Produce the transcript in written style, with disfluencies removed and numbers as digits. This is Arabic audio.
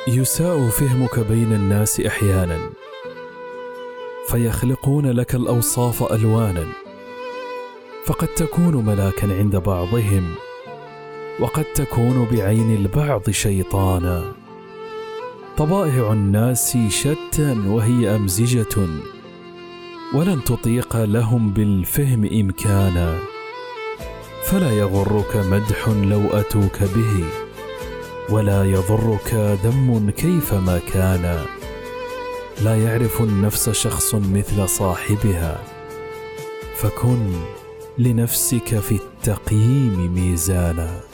يساء فهمك بين الناس أحيانا، فيخلقون لك الأوصاف ألوانا، فقد تكون ملاكا عند بعضهم، وقد تكون بعين البعض شيطانا. طبائع الناس شتى وهي أمزجة، ولن تطيق لهم بالفهم إمكانا، فلا يغرك مدح لو أتوك به، ولا يضرك ذم كيفما كان. لا يعرف النفس شخص مثل صاحبها، فكن لنفسك في التقييم ميزانا.